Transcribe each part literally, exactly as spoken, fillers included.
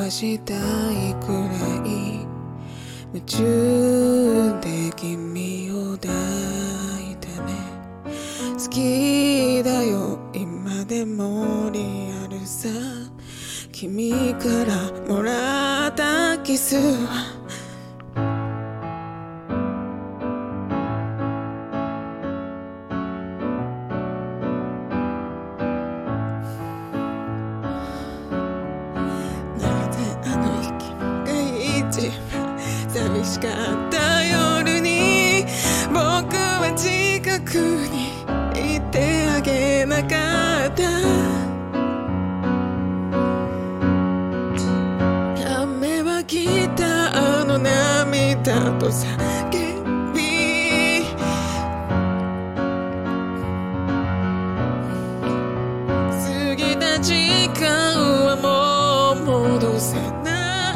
したいくらい夢中で君を抱いてね。好きだよ今でもリアルさ、君からもらったキスは寂しかった夜に僕は近くにいてあげなかった。雨は来たあの涙と叫び、過ぎた時間はもう戻せない。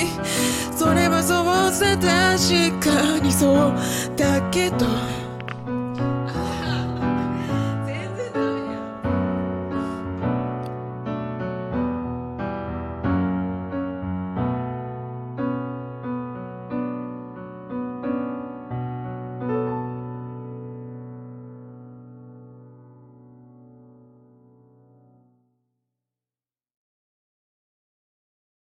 それはそうさ確かにそうだけど